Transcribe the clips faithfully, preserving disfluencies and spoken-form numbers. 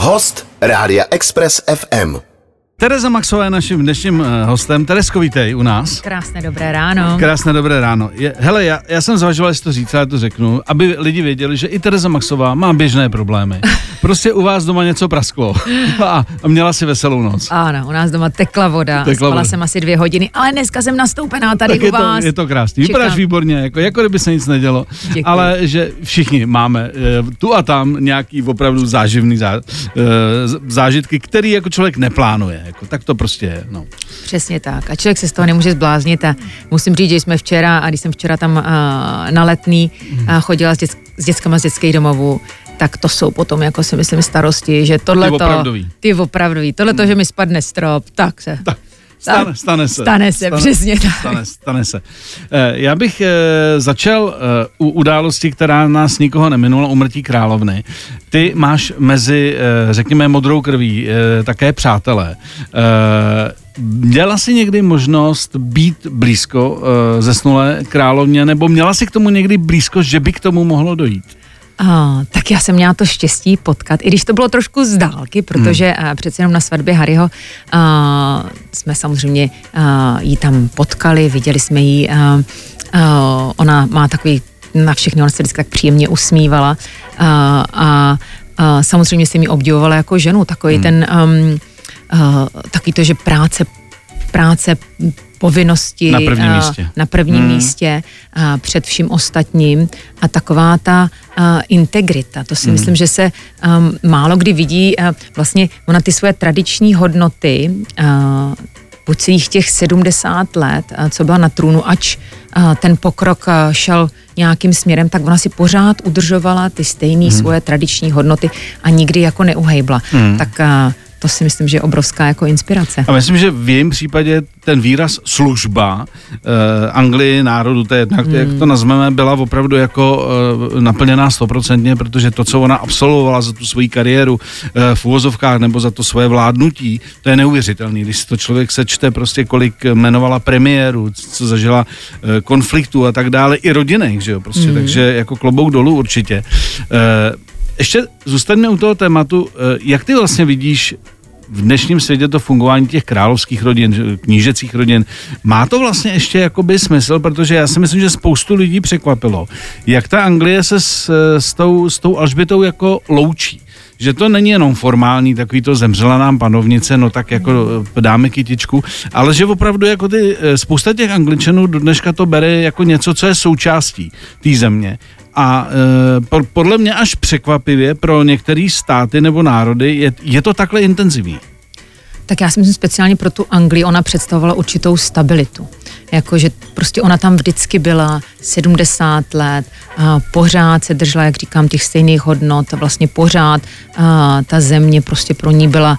Host Rádia Express F M. Tereza Maxová je naším dnešním hostem. Teresko, vítej u nás. Krásné dobré ráno. Krásné dobré ráno. Je, hele, já, já jsem zvažoval, jestli to říct, já to řeknu, aby lidi věděli, že i Tereza Maxová má běžné problémy. Prostě u vás doma něco prasklo a, a měla si veselou noc. Ano, u nás doma tekla voda, tekla spala voda. jsem asi dvě hodiny, ale dneska jsem nastoupená tady tak u je vás. To, je to krásný, vypadáš Čekám. výborně, jako, jako kdyby se nic nedělo. Děkuji. Ale že všichni máme tu a tam nějaký opravdu záživný zá, zážitky, který jako člověk neplánuje. Jako, tak to prostě je. No. Přesně tak. A člověk se z toho nemůže zbláznit a musím říct, že jsme včera, a když jsem včera tam uh, na Letný uh, chodila s, dět, s dětskama z dětských domovů, tak to jsou potom, jako si myslím, starosti, že tohleto... Ty opravdový. Ty opravdový. Tohleto, hmm. že mi spadne strop, tak se... Tak. Stane, stane se. Stane se, stane, přesně tak. Stane, stane se. Já bych začal u události, která nás nikoho neminula, úmrtí královny. Ty máš mezi, řekněme, modrou krví také přátelé. Měla jsi někdy možnost být blízko zesnulé královně, nebo měla jsi k tomu někdy blízko, že by k tomu mohlo dojít? Uh, tak já jsem měla to štěstí potkat, i když to bylo trošku z dálky, protože hmm. uh, přece jenom na svatbě Harryho uh, jsme samozřejmě uh, ji tam potkali, viděli jsme ji, uh, uh, ona má takový, na všechny, ona se vždycky tak příjemně usmívala uh, a uh, samozřejmě jsem ji obdivovala jako ženu, takový hmm. ten, um, uh, taky to, že práce, práce povinnosti na prvním místě, na prvním hmm. místě a před vším ostatním a taková ta a, integrita, to si hmm. myslím, že se um, málo kdy vidí, a vlastně ona ty svoje tradiční hodnoty a, po celých těch sedmdesát let, a, co byla na trůnu, ač a, ten pokrok a, šel nějakým směrem, tak ona si pořád udržovala ty stejné hmm. svoje tradiční hodnoty a nikdy jako neuhejbla. Hmm. Tak a, to si myslím, že je obrovská jako inspirace. A myslím, že v jejím případě ten výraz služba eh, Anglii, národu, to je jednak, hmm. jak to nazveme, byla opravdu jako eh, naplněná stoprocentně, protože to, co ona absolvovala za tu svoji kariéru eh, v uvozovkách nebo za to svoje vládnutí, to je neuvěřitelný. Když si to člověk sečte, prostě kolik jmenovala premiéru, co zažila eh, konfliktů a tak dále, i rodinných, že jo, prostě, hmm. takže jako klobouk dolů určitě. Eh, Ještě zůstaňme u toho tématu, jak ty vlastně vidíš v dnešním světě to fungování těch královských rodin, knížecích rodin. Má to vlastně ještě jakoby smysl, protože já si myslím, že spoustu lidí překvapilo, jak ta Anglie se s, s, tou, s tou Alžbětou jako loučí. Že to není jenom formální, takový to zemřela nám panovnice, no tak jako dáme kytičku, ale že opravdu jako ty, spousta těch Angličanů do dneška to bere jako něco, co je součástí té země. A e, podle mě až překvapivě pro některé státy nebo národy je, je to takhle intenzivní. Tak já si myslím speciálně pro tu Anglii, ona představovala určitou stabilitu. Jakože prostě ona tam vždycky byla sedmdesát let, a pořád se držela, jak říkám, těch stejných hodnot, vlastně pořád a ta země prostě pro ní byla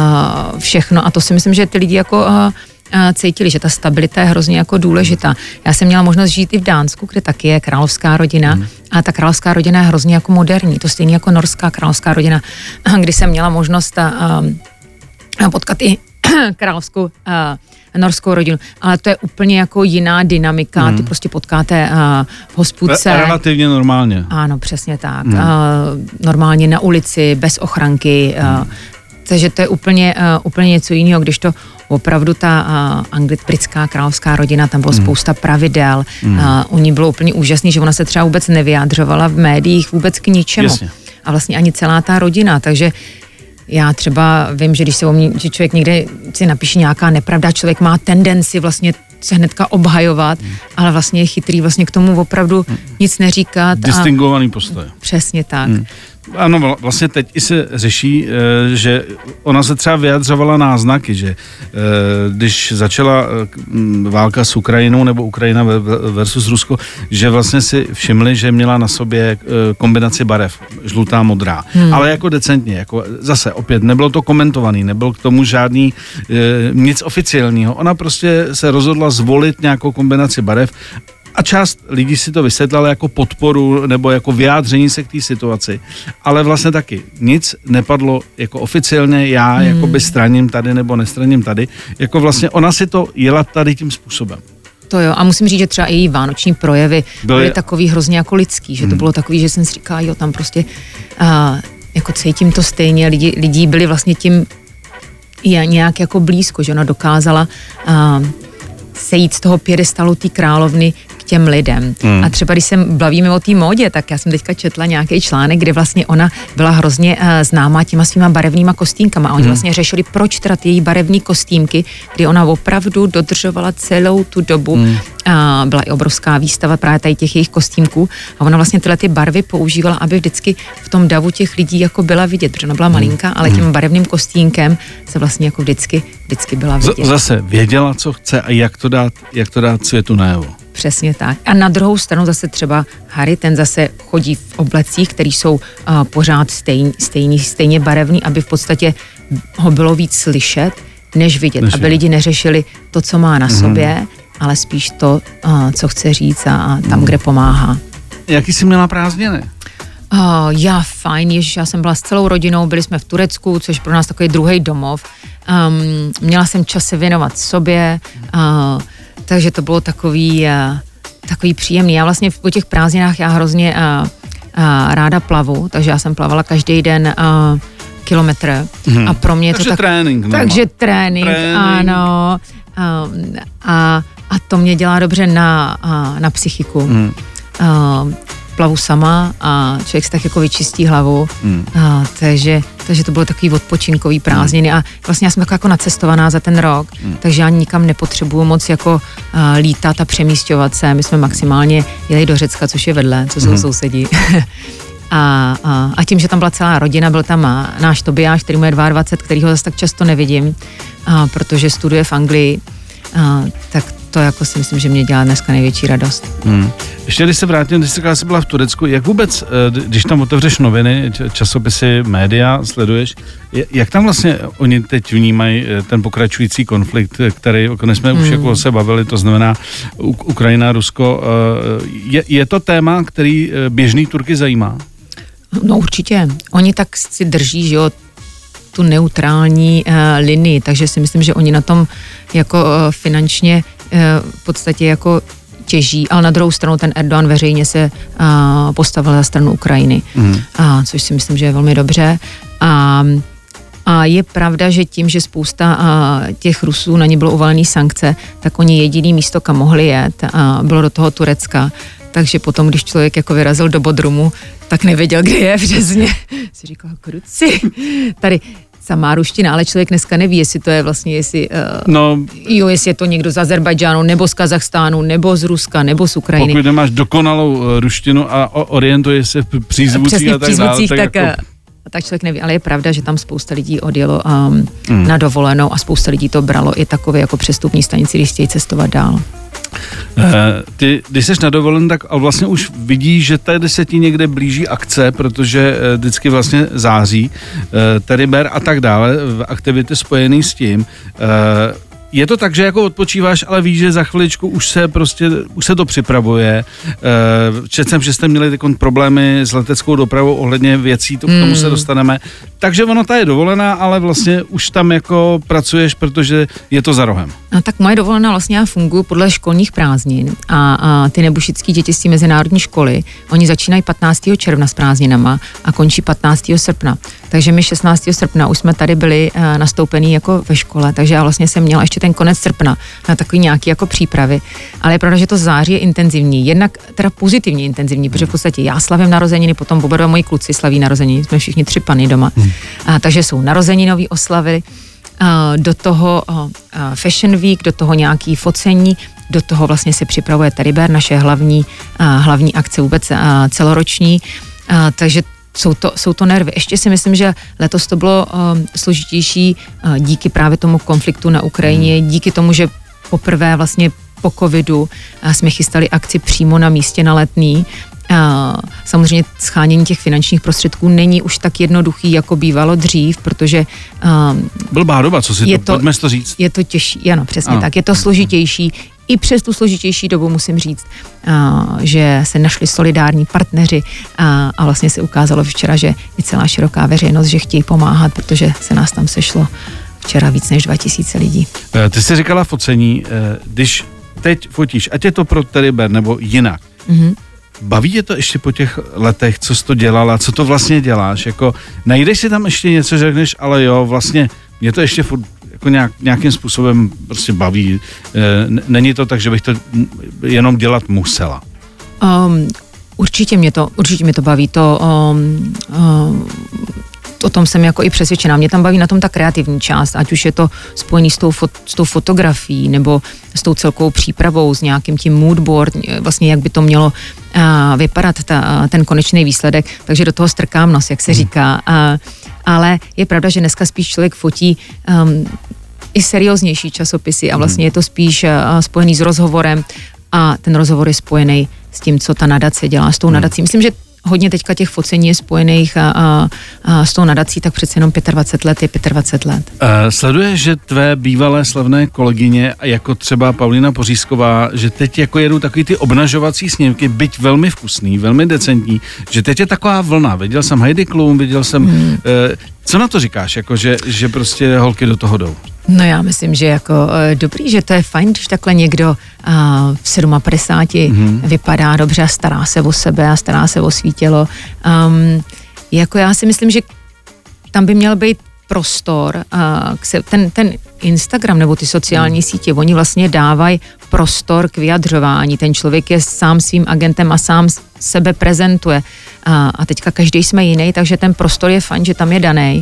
a všechno a to si myslím, že ty lidi jako a, a cítili, že ta stabilita je hrozně jako důležitá. Já jsem měla možnost žít i v Dánsku, kde taky je královská rodina hmm. a ta královská rodina je hrozně jako moderní, to stejně jako norská královská rodina, kdy jsem měla možnost a, a potkat i královskou a, norskou rodinu, ale to je úplně jako jiná dynamika, hmm. ty prostě potkáte uh, v hospůdce. Relativně normálně. Ano, přesně tak. Hmm. Uh, normálně na ulici, bez ochranky, uh, hmm. takže to je úplně, uh, úplně něco jiného, když to opravdu ta uh, anglická, britská královská rodina, tam bylo hmm. spousta pravidel, hmm. uh, u ní bylo úplně úžasný, že ona se třeba vůbec nevyjadřovala v médiích vůbec k ničemu. Jasně. A vlastně ani celá ta rodina, takže já třeba vím, že když se o mě, že člověk někde si napíše nějaká nepravda, člověk má tendenci vlastně se hnedka obhajovat, hmm. ale vlastně je chytrý vlastně k tomu opravdu hmm. nic neříkat. Distingovaný postoj. Přesně tak. Hmm. Ano, vlastně teď i se řeší, že ona se třeba vyjadřovala náznaky, že když začala válka s Ukrajinou nebo Ukrajina versus Rusko, že vlastně si všimli, že měla na sobě kombinaci barev, žlutá, modrá. Hmm. Ale jako decentně, jako zase opět, nebylo to komentovaný, nebylo k tomu žádný nic oficiálního. Ona prostě se rozhodla zvolit nějakou kombinaci barev a část lidí si to vysvětlila jako podporu nebo jako vyjádření se k té situaci. Ale vlastně taky nic nepadlo jako oficiálně, já hmm. jakoby straním tady nebo nestraním tady. Jako vlastně ona si to jela tady tím způsobem. To jo, a musím říct, že třeba i její vánoční projevy byly, byly takový hrozně jako lidský, že to hmm. bylo takový, že jsem si říkala, jo, tam prostě uh, jako cítím to stejně, lidi, lidí byli vlastně tím je nějak jako blízko, že ona dokázala uh, sejít z toho piedestalu té královny k těm lidem. Mm. A třeba když se bavíme o té módě, tak já jsem teďka četla nějaký článek, kde vlastně ona byla hrozně uh, známá těma svýma barevnýma kostýmkama a oni mm. vlastně řešili, proč teda ty její barevné kostýmky, kdy ona opravdu dodržovala celou tu dobu. Mm. A byla i obrovská výstava právě tady těch jejich kostýmků a ona vlastně tyhle ty barvy používala, aby vždycky v tom davu těch lidí jako byla vidět, protože ona byla malinká, ale tím barevným kostýmkem se vlastně jako vždycky, vždycky byla vidět. Zase věděla, co chce a jak to dát, jak to dát světu najevo. Přesně tak. A na druhou stranu zase třeba Harry, ten zase chodí v oblecích, které jsou uh, pořád stejný, stejný, stejně barevný, aby v podstatě ho bylo víc slyšet, než vidět, než aby lidi neřešili to, co má na mm-hmm. sobě, ale spíš to, uh, co chce říct a, a tam, mm. kde pomáhá. Jaký jsi měla prázdniny? Uh, já fajn, ježiš, já jsem byla s celou rodinou, byli jsme v Turecku, což pro nás takový druhý domov. Um, měla jsem čas se věnovat sobě, uh, takže to bylo takový, uh, takový příjemný. Já vlastně po těch prázdninách já hrozně uh, uh, ráda plavu, takže já jsem plavala každý den uh, kilometr hmm. a pro mě takže to tak... trénink. No. Takže trénink, trénink, ano. Um, a, a to mě dělá dobře na, uh, na psychiku. Hmm. Uh, plavu sama a člověk si tak jako vyčistí hlavu, hmm. a, takže, takže to bylo takový odpočinkový prázdniny hmm. a vlastně já jsem taková jako nacestovaná za ten rok, hmm. takže já nikam nepotřebuju moc jako a, lítat a přemísťovat se, my jsme maximálně jeli do Řecka, což je vedle, co jsou hmm. sousedí. a, a, a tím, že tam byla celá rodina, byl tam a, náš Tobiáš, který mu je dvacet dva, kterýho zase tak často nevidím, a, protože studuje v Anglii, a, tak to jako si myslím, že mě dělá dneska největší radost. Hmm. Ještě když se vrátím, když jsi říkala, že jsi byla v Turecku, jak vůbec, když tam otevřeš noviny, časopisy, média, sleduješ, jak tam vlastně oni teď vnímají ten pokračující konflikt, který, o kterém jsme hmm. už jako se bavili, to znamená Ukrajina, Rusko. Je, je to téma, který běžný Turky zajímá? No určitě. Oni tak si drží, že jo, tu neutrální uh, linii, takže si myslím, že oni na tom jako uh, finančně uh, v podstatě jako těží, ale na druhou stranu ten Erdogan veřejně se uh, postavil za stranu Ukrajiny, mm. uh, což si myslím, že je velmi dobře. A, a je pravda, že tím, že spousta uh, těch Rusů na ně bylo uvalený sankce, tak oni jediný místo, kam mohli jet, uh, bylo do toho Turecka. Takže potom, když člověk jako vyrazil do Bodrumu, tak nevěděl, kde je přesně. Si říkal, kruci, tady samá ruština, ale člověk dneska neví, jestli to je vlastně, jestli, uh, no, jo, jestli je to někdo z Azerbajdžánu, nebo z Kazachstánu, nebo z Ruska, nebo z Ukrajiny. Pokud nemáš dokonalou ruštinu a orientuješ se v přízvucích a tak dále, tak, tak jako... tak člověk neví, ale je pravda, že tam spousta lidí odjelo um, mm. na dovolenou a spousta lidí to bralo i takové jako přestupní stanici, když chtějí cestovat dál. Eh, ty, když jsi na dovolen, tak vlastně už vidíš, že tady se ti někde blíží akce, protože eh, vždycky vlastně září, eh, Teddybear a tak dále, aktivity spojené s tím. Eh, Je to tak, že jako odpočíváš, ale víš, že za chviličku už se prostě, už se to připravuje. Četl jsem, že jste měli takové problémy s leteckou dopravou ohledně věcí, to, k tomu se dostaneme. Takže ono ta je dovolená, ale vlastně už tam jako pracuješ, protože je to za rohem. No tak moje dovolená vlastně já funguji podle školních prázdnin a, a ty nebušický děti z té mezinárodní školy, oni začínají patnáctého června s prázdninama a končí patnáctého srpna. Takže my šestnáctého srpna už jsme tady byli uh, nastoupený jako ve škole, takže já vlastně jsem měla ještě ten konec srpna na takový nějaký jako přípravy, ale je pravda, že to září je intenzivní, jednak teda pozitivně intenzivní, protože v podstatě já slavím narozeniny, potom oba dva moji kluci slaví narozeniny, jsme všichni tři pany doma, hmm. uh, takže jsou narozeninový oslavy, uh, do toho uh, Fashion Week, do toho nějaký focení, do toho vlastně se připravuje Teddybear, naše hlavní, uh, hlavní akce vůbec uh, celoroční, uh, takže Jsou to, jsou to nervy. Ještě si myslím, že letos to bylo uh, složitější uh, díky právě tomu konfliktu na Ukrajině, díky tomu, že poprvé vlastně po covidu uh, jsme chystali akci přímo na místě na Letný. Uh, samozřejmě schánění těch finančních prostředků není už tak jednoduchý, jako bývalo dřív, protože... Uh, Blbá doba, co si to, to, pojďme to říct. Je to těžší, ano, přesně ano. tak, je to složitější. I přes tu složitější dobu musím říct, uh, že se našli solidární partneři uh, a vlastně se ukázalo včera, že i celá široká veřejnost, že chtějí pomáhat, protože se nás tam sešlo včera víc než dva tisíce lidí. Ty jsi říkala focení, když teď fotíš, ať je to pro Teddybear nebo jinak, mm-hmm. baví tě to ještě po těch letech, co jsi to dělala, co to vlastně děláš, jako najdeš si tam ještě něco, že řekneš, ale jo, vlastně mě to ještě furt jako nějak, nějakým způsobem prostě baví. E, není to tak, že bych to jenom dělat musela. Um, určitě mě to, určitě mě to baví, to um, um, o tom jsem jako i přesvědčená. Mě tam baví na tom ta kreativní část, ať už je to spojený s tou, fot, s tou fotografií nebo s tou celkovou přípravou, s nějakým tím moodboard, vlastně jak by to mělo uh, vypadat ta, ten konečný výsledek, takže do toho strkám nos, jak se říká. Uh, ale je pravda, že dneska spíš člověk fotí um, i serióznější časopisy a vlastně je to spíš uh, spojený s rozhovorem a ten rozhovor je spojený s tím, co ta nadace dělá, s tou nadací. Myslím, že hodně teďka těch focení je spojených a, a, a s tou nadací, tak přece jenom dvacet pět let je dvacet pět let. Uh, sleduješ, že tvé bývalé slavné kolegyně, jako třeba Paulina Pořízková, že teď jako jedou takový ty obnažovací snímky, byť velmi vkusný, velmi decentní, že teď je taková vlna. Viděl jsem Heidi Klum, viděl jsem... Hmm. Uh, co na to říkáš, jako že, že prostě holky do toho jdou? No já myslím, že jako uh, dobrý, že to je fajn, když takhle někdo uh, v padesáti sedmi mm-hmm. vypadá dobře a stará se o sebe a stará se o svý tělo. Um, jako já si myslím, že tam by měl být prostor, uh, ten, ten Instagram nebo ty sociální mm. sítě, oni vlastně dávají prostor k vyjadřování. Ten člověk je sám svým agentem a sám sebe prezentuje. Uh, a teďka každý jsme jiný, takže ten prostor je fajn, že tam je danej.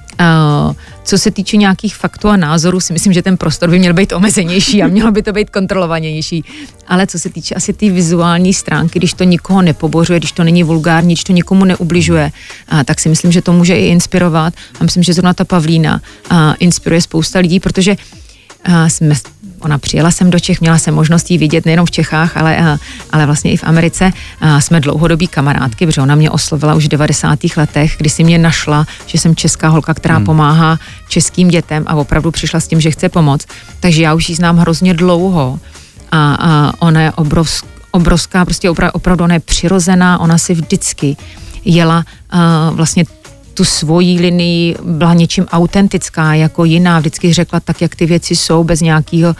Uh, co se týče nějakých faktů a názorů, si myslím, že ten prostor by měl být omezenější a mělo by to být kontrolovanější. Ale co se týče asi té vizuální stránky, když to nikoho nepobořuje, když to není vulgární, když to nikomu neubližuje, uh, tak si myslím, že to může i inspirovat. A myslím, že zrovna ta Pavlína uh, inspiruje spousta lidí, protože uh, jsme ona přijela sem do Čech, měla jsem možnost jí vidět nejenom v Čechách, ale, ale vlastně i v Americe. Jsme dlouhodobí kamarádky, protože ona mě oslovila už v devadesátých letech, kdy si mě našla, že jsem česká holka, která hmm. pomáhá českým dětem a opravdu přišla s tím, že chce pomoct. Takže já už ji znám hrozně dlouho a, a ona je obrovsk, obrovská, prostě opra, opravdu ona je přirozená, ona si vždycky jela uh, vlastně tu svojí linii, byla něčím autentická, jako jiná, vždycky řekla tak, jak ty věci jsou, bez nějakého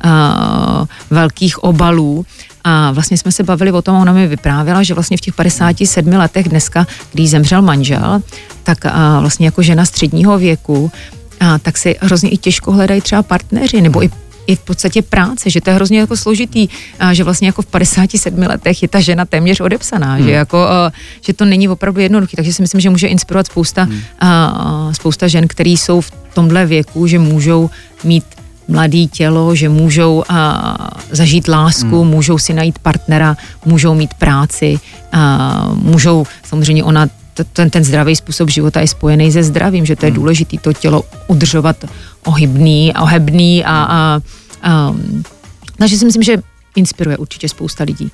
uh, velkých obalů. A vlastně jsme se bavili o tom, ona mi vyprávěla, že vlastně v těch padesáti sedmi letech dneska, když zemřel manžel, tak uh, vlastně jako žena středního věku, uh, tak si hrozně i těžko hledají třeba partneři, nebo i i v podstatě práce, že to je hrozně jako složitý, a že vlastně jako v padesáti sedmi letech je ta žena téměř odepsaná, hmm. že jako, že to není opravdu jednoduchý, takže si myslím, že může inspirovat spousta, hmm. a, spousta žen, který jsou v tomhle věku, že můžou mít mladý tělo, že můžou a, zažít lásku, hmm. můžou si najít partnera, můžou mít práci, a, můžou, samozřejmě ona ten, ten zdravý způsob života je spojený se zdravím, že to je hmm. důležité to tělo udržovat ohybný, ohebný a, a, a takže si myslím, že inspiruje určitě spousta lidí.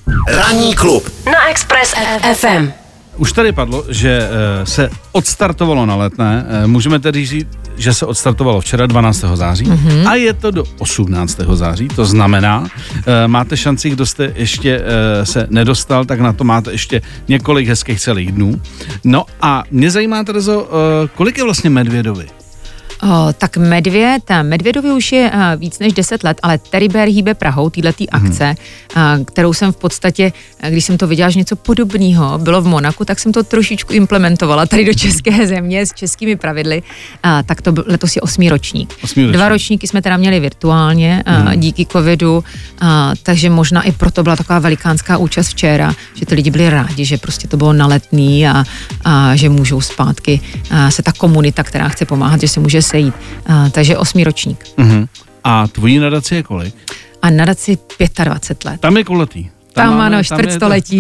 Ranní klub na Express ef em. Už tady padlo, že se odstartovalo na Letné. Můžeme tedy říct, že se odstartovalo včera dvanáctého září mm-hmm. a je to do osmnáctého září. To znamená, máte šanci, kdo jste ještě se nedostal, tak na to máte ještě několik hezkých celých dnů. No a mě zajímá, Terezo, kolik je vlastně Medvědovi? O, tak Medvěd, Medvědovi už je a, víc než deset let, ale Teddy Bear hýbe Prahou, týhletý akce, hmm. a, kterou jsem v podstatě, a, když jsem to viděla, že něco podobného bylo v Monaku, tak jsem to trošičku implementovala tady do české země s českými pravidly, a, tak to byl, letos je osmý ročník. Osmý ročník. Dva ročníky jsme teda měli virtuálně a, hmm. díky covidu, a, takže možná i proto byla taková velikánská účast včera, že ty lidi byli rádi, že prostě to bylo na Letný a, a že můžou zpátky a, se ta komunita, která chce pomáhat, že se může sejít. Uh, takže osmý ročník. Uh-huh. A tvojí nadaci je kolik? A nadaci dvacet pět let. Tam je kulatý. Tam, tam ano, čtvrtstoletí.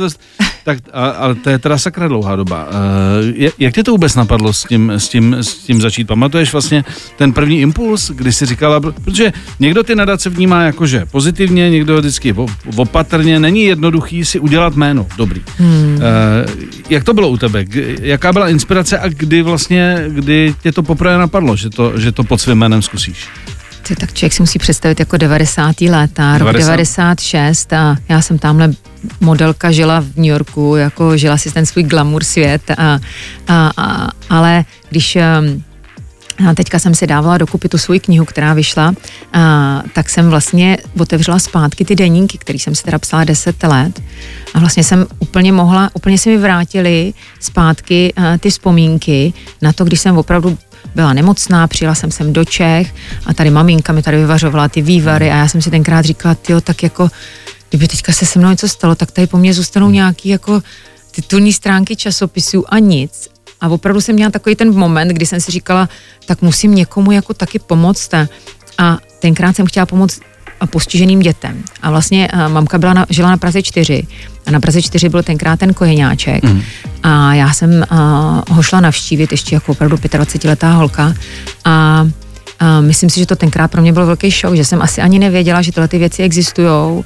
Tak, ale to je teda sakra dlouhá doba. Uh, jak tě to vůbec napadlo s tím, s, tím, s tím začít? Pamatuješ vlastně ten první impuls, kdy jsi říkala, protože někdo ty nadace vnímá jakože pozitivně, někdo vždycky opatrně, není jednoduchý si udělat jméno dobrý. Hmm. Uh, jak to bylo u tebe? Jaká byla inspirace a kdy vlastně, kdy tě to poprvé napadlo, že to, že to pod svým jménem zkusíš? Tak člověk si musí představit jako devadesátá léta, rok devadesát šest a já jsem tamhle modelka, žila v New Yorku, jako žila si ten svůj glamour svět, a, a, a, ale když A teďka jsem si dávala dokupy tu svou knihu, která vyšla, a tak jsem vlastně otevřela zpátky ty deníky, který jsem si teda psala deset let a vlastně jsem úplně mohla, úplně se mi vrátily zpátky a, ty vzpomínky na to, když jsem opravdu byla nemocná, přijela jsem sem do Čech a tady maminka mi tady vyvařovala ty vývary a já jsem si tenkrát říkala, tyjo, tak jako, kdyby teďka se se mnou něco stalo, tak tady po mně zůstanou nějaký jako titulní stránky časopisů a nic. A opravdu jsem měla takový ten moment, kdy jsem si říkala, tak musím někomu jako taky pomoct. A tenkrát jsem chtěla pomoct postiženým dětem. A vlastně a mamka byla na, žila na Praze čtyři. A na Praze čtyři byl tenkrát ten kojeňáček. Mm. A já jsem a, ho šla navštívit ještě jako opravdu dvacetiletá holka. A, a myslím si, že to tenkrát pro mě byl velký šok, že jsem asi ani nevěděla, že tyhle ty věci existujou.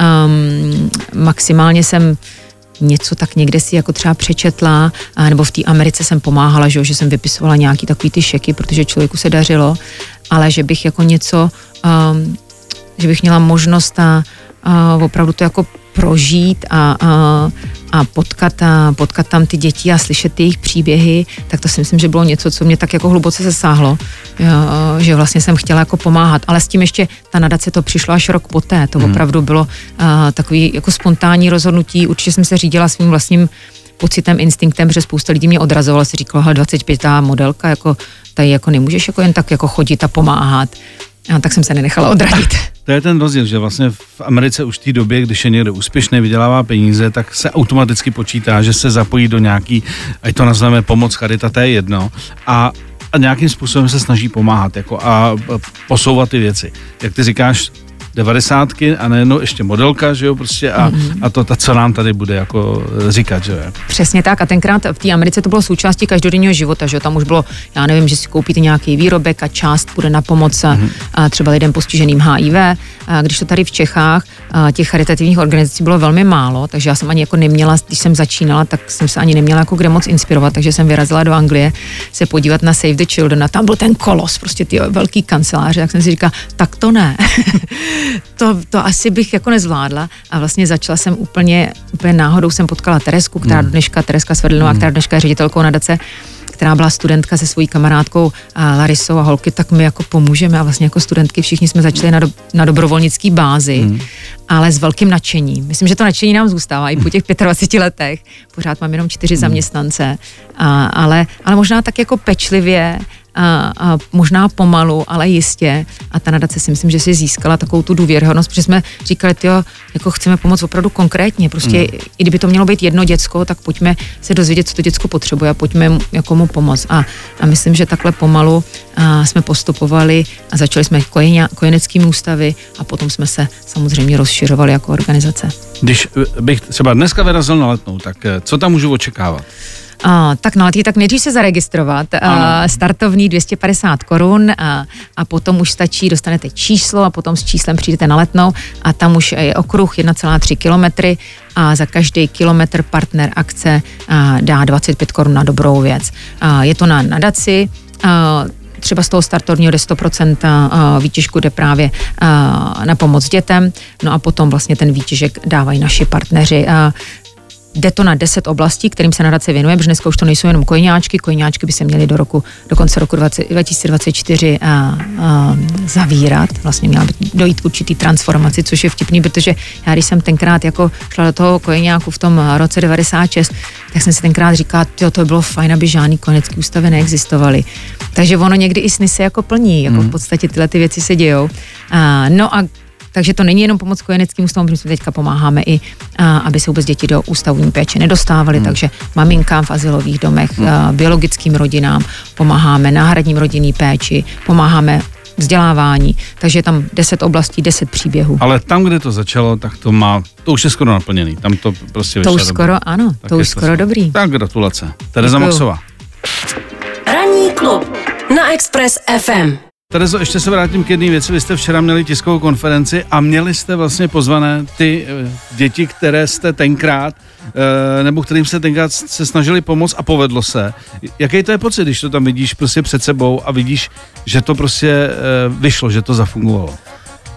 Um, maximálně jsem něco tak někde si jako třeba přečetla, nebo v té Americe jsem pomáhala, že, že jsem vypisovala nějaký takový ty šeky, protože člověku se dařilo, ale že bych jako něco, um, že bych měla možnost a, a opravdu to jako prožít a, a, a, potkat, a potkat tam ty děti a slyšet ty jejich příběhy, tak to si myslím, že bylo něco, co mě tak jako hluboce zasáhlo, že vlastně jsem chtěla jako pomáhat, ale s tím ještě ta nadace to přišlo až rok poté, to hmm. opravdu bylo uh, takový jako spontánní rozhodnutí, určitě jsem se řídila svým vlastním pocitem, instinktem, že spousta lidí mě odrazovalo, si říkala, dvacetipětá modelka, jako tady jako nemůžeš jako jen tak jako chodit a pomáhat. A tak jsem se nenechala odradit. To je ten rozdíl, že vlastně v Americe už v té době, když je někdo úspěšný, vydělává peníze, tak se automaticky počítá, že se zapojí do nějaký, ať to nazveme pomoc, charita, to je jedno, a, a nějakým způsobem se snaží pomáhat jako a posouvat ty věci. Jak ty říkáš, devadesátky a nejednou ještě modelka, že jo, prostě a, mm-hmm. a to, ta, co nám tady bude jako říkat, že jo. Přesně tak a tenkrát v té Americe to bylo součástí každodenního života, že jo, tam už bylo, já nevím, že si koupíte nějaký výrobek a část bude na pomoc mm-hmm. a třeba lidem postiženým H I V, a když to tady v Čechách a těch charitativních organizací bylo velmi málo, takže já jsem ani jako neměla, když jsem začínala, tak jsem se ani neměla jako kde moc inspirovat, takže jsem vyrazila do Anglie se podívat na Save the Children a tam byl ten kolos, prostě ty velký kanceláře, tak jsem si říkala, tak to ne. To, to asi bych jako nezvládla a vlastně začala jsem úplně, úplně náhodou jsem potkala Teresku, která mm. dneška, Tereska Svedlinová, mm. která dneška je ředitelkou nadace, která byla studentka se svojí kamarádkou a Larisou a holky, tak my jako pomůžeme a vlastně jako studentky všichni jsme začali na, do, na dobrovolnický bázi, mm. ale s velkým nadšením. Myslím, že to nadšení nám zůstává i po těch dvaceti pěti letech. Pořád mám jenom čtyři mm. zaměstnance, a, ale, ale možná tak jako pečlivě a, a možná pomalu, ale jistě. A ta nadace si myslím, že si získala takovou tu důvěryhodnost, protože jsme říkali, tyjo, jako chceme pomoct opravdu konkrétně. Prostě mm. i kdyby to mělo být jedno děcko, tak pojďme se dozvědět, co to děcko potřebuje a pojďme jako mu pomoct. A, a myslím, že takhle pomalu a jsme postupovali a začali jsme kojeňa, kojeneckými ústavy a potom jsme se samozřejmě rozšiřovali jako organizace. Když bych třeba dneska vyrazil na Letnou, tak co tam můžu očekávat? A, tak na letý, tak nejdřív se zaregistrovat. A, startovní dvě stě padesát korun a, a potom už stačí, dostanete číslo a potom s číslem přijdete na Letnou a tam už je okruh jedna celá tři kilometry a za každý kilometr partner akce a, dá dvacet pět korun na dobrou věc. A, je to na nadaci, a, třeba z toho startovního jde sto procent výtěžku jde právě na pomoc dětem, no a potom vlastně ten výtěžek dávají naši partneři. Jde to na deset oblastí, kterým se nadace věnuje, protože dneska už to nejsou jenom kojeňáčky, kojeňáčky by se měly do roku, do konce roku dva tisíce dvacet čtyři a, a, zavírat, vlastně měla by dojít k určitý transformaci, což je vtipný, protože já když jsem tenkrát jako šla do toho kojeňáku v tom roce devadesát šest, tak jsem si tenkrát říkala, tyjo, to by bylo fajn, aby žádný kojenecký ústavy neexistovaly. Takže ono někdy i sny se jako plní, jako mm. v podstatě tyhle ty věci se dějou. A, no a takže to není jenom pomoc kojeneckým ústavům, protože teďka pomáháme i, a, aby se vůbec děti do ústavní péče nedostávaly, hmm. takže maminkám v azylových domech, hmm. a, biologickým rodinám, pomáháme náhradním rodinný péči, pomáháme vzdělávání, takže je tam deset oblastí, deset příběhů. Ale tam, kde to začalo, tak to má, to už je skoro naplněný, tam to prostě To už skoro, dobrý. Ano, tak to už skoro to dobrý. Tak gratulace. Tereza Maxová. Ranní klub na Express F M. Terezo, ještě se vrátím k jedné věci. Vy jste včera měli tiskovou konferenci a měli jste vlastně pozvané ty děti, které jste tenkrát, nebo kterým jste tenkrát se snažili pomoct a povedlo se. Jaký to je pocit, když to tam vidíš prostě před sebou a vidíš, že to prostě vyšlo, že to zafungovalo?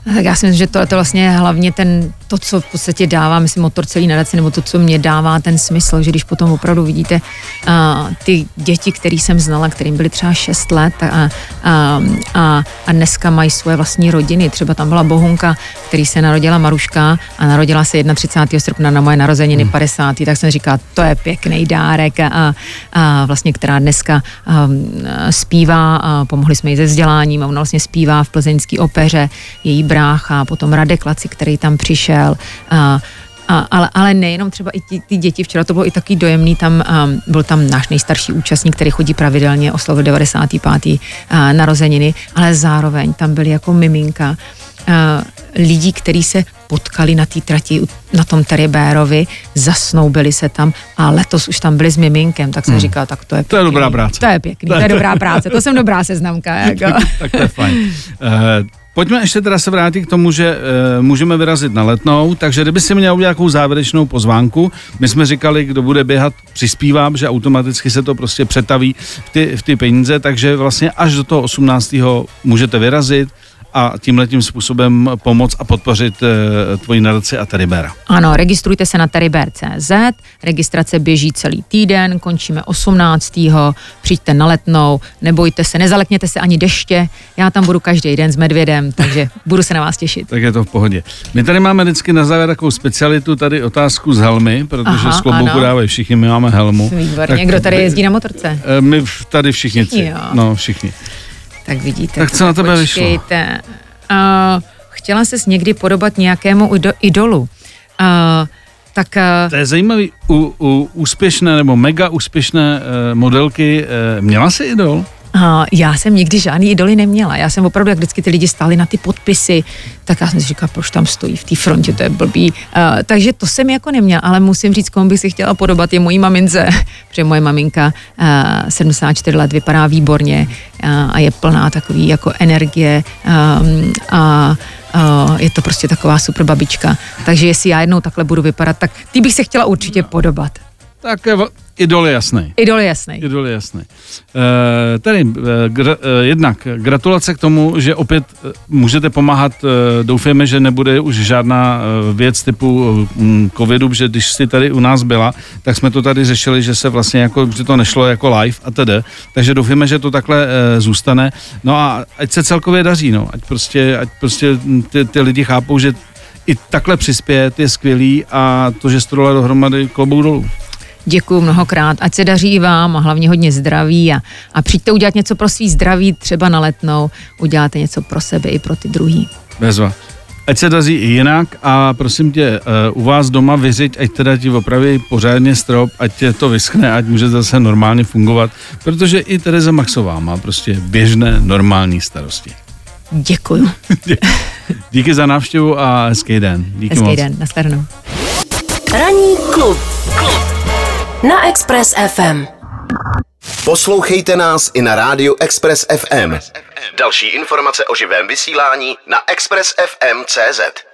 Tak já si myslím, že to je to vlastně hlavně ten, to, co v podstatě dává, myslím, motor celý nadace, nebo to, co mě dává ten smysl, že když potom opravdu vidíte uh, ty děti, který jsem znala, kterým byly třeba šest let a, a, a, a dneska mají svoje vlastní rodiny. Třeba tam byla Bohunka, který se narodila Maruška a narodila se třicátého prvního srpna na moje narozeniny hmm. padesátého Tak jsem říkala, to je pěkný dárek a, a vlastně, která dneska um, zpívá a pomohli jsme jí se vzděláním a ona vlastně zpívá v plzeňské opeře, její brácha, potom Radek Laci, který tam přišel. A, a, ale, ale nejenom třeba i ty, ty děti, včera to bylo i taky dojemný, tam um, byl tam náš nejstarší účastník, který chodí pravidelně, oslavil devadesátého pátého Uh, narozeniny, ale zároveň tam byly jako miminka uh, lidí, kteří se potkali na té trati na tom Teribérovi, zasnoubili se tam a letos už tam byli s miminkem, tak jsem hmm. říkala, tak to je pěkný. To je dobrá práce. To je pěkný, to je dobrá práce, to jsem dobrá seznamka. Jako. Tak to je fajn. Uh, Pojďme ještě teda se vrátit k tomu, že e, můžeme vyrazit na Letnou, takže kdyby si měl nějakou závěrečnou pozvánku, my jsme říkali, kdo bude běhat, přispívám, že automaticky se to prostě přetaví v ty, v ty peníze, takže vlastně až do toho osmnáctého můžete vyrazit a tímhletím způsobem pomoct a podpořit e, tvoji nadaci a Teribéra. Ano, registrujte se na teribér tečka cé zet, registrace běží celý týden, končíme osmnáctého Přijďte na Letnou, nebojte se, nezalekněte se ani deště, já tam budu každý den s medvědem, takže budu se na vás těšit. Tak je to v pohodě. My tady máme vždycky na závěr takovou specialitu, tady otázku z helmy, protože Aha, z klobouku dávají všichni, my máme helmu. Výborně, kdo tady jezdí na motorce? My tady všichni, všichni tři, no všichni. Tak vidíte. Tak co na tebe vyšlo? Uh, chtěla ses někdy podobat nějakému idolu. Uh, tak, uh, to je zajímavý. U, u úspěšné nebo mega úspěšné uh, modelky uh, měla jsi idol? Uh, já jsem nikdy žádný idoly neměla. Já jsem opravdu, jak vždycky ty lidi stáli na ty podpisy, tak já jsem si říkala, proč tam stojí v té frontě, to je blbý. Uh, takže to jsem jako neměla, ale musím říct, komu bych si chtěla podobat, je mojí mamince, protože moje maminka uh, sedmdesát čtyři let vypadá výborně uh, a je plná takový jako energie um, a Uh, je to prostě taková super babička. Takže jestli já jednou takhle budu vypadat, tak ty bych se chtěla určitě no. podobat. Tak idol je jasný. Idol je jasný. Idol je jasný. E, tady gra, e, jednak gratulace k tomu, že opět e, můžete pomáhat. E, doufejme, že nebude už žádná e, věc typu e, covidu, že když jsi tady u nás byla, tak jsme to tady řešili, že se vlastně jako, že to nešlo jako live a tedy. Takže doufejme, že to takhle e, zůstane. No a ať se celkově daří, no. Ať prostě, ať prostě ty, ty lidi chápou, že i takhle přispět je skvělý a to, že jste dole dohromady, klobouk dolů. Děkuju mnohokrát, ať se daří i vám a hlavně hodně zdraví a, a přijďte udělat něco pro svý zdraví, třeba na Letnou, uděláte něco pro sebe i pro ty druhý. Bezva. Ať se daří i jinak a prosím tě, uh, u vás doma vyřiď, ať teda ti opraví pořádně strop, ať tě to vyschne, ať může zase normálně fungovat, protože i Tereza Maxová má prostě běžné, normální starosti. Děkuju. Díky za návštěvu a hezký den. Díky hezký moc. den, nashledanou. Ranní klub. Na Express ef em. Poslouchejte nás i na rádiu Express ef em. Další informace o živém vysílání na express ef em tečka cé zet.